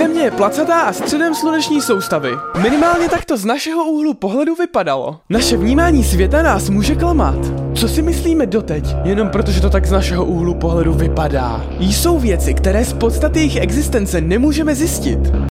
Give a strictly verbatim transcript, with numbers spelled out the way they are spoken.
Země je placatá a středem sluneční soustavy. Minimálně tak to z našeho úhlu pohledu vypadalo. Naše vnímání světa nás může klamat. Co si myslíme doteď, jenom protože to tak z našeho úhlu pohledu vypadá. Jsou věci, které z podstaty jejich existence nemůžeme zjistit.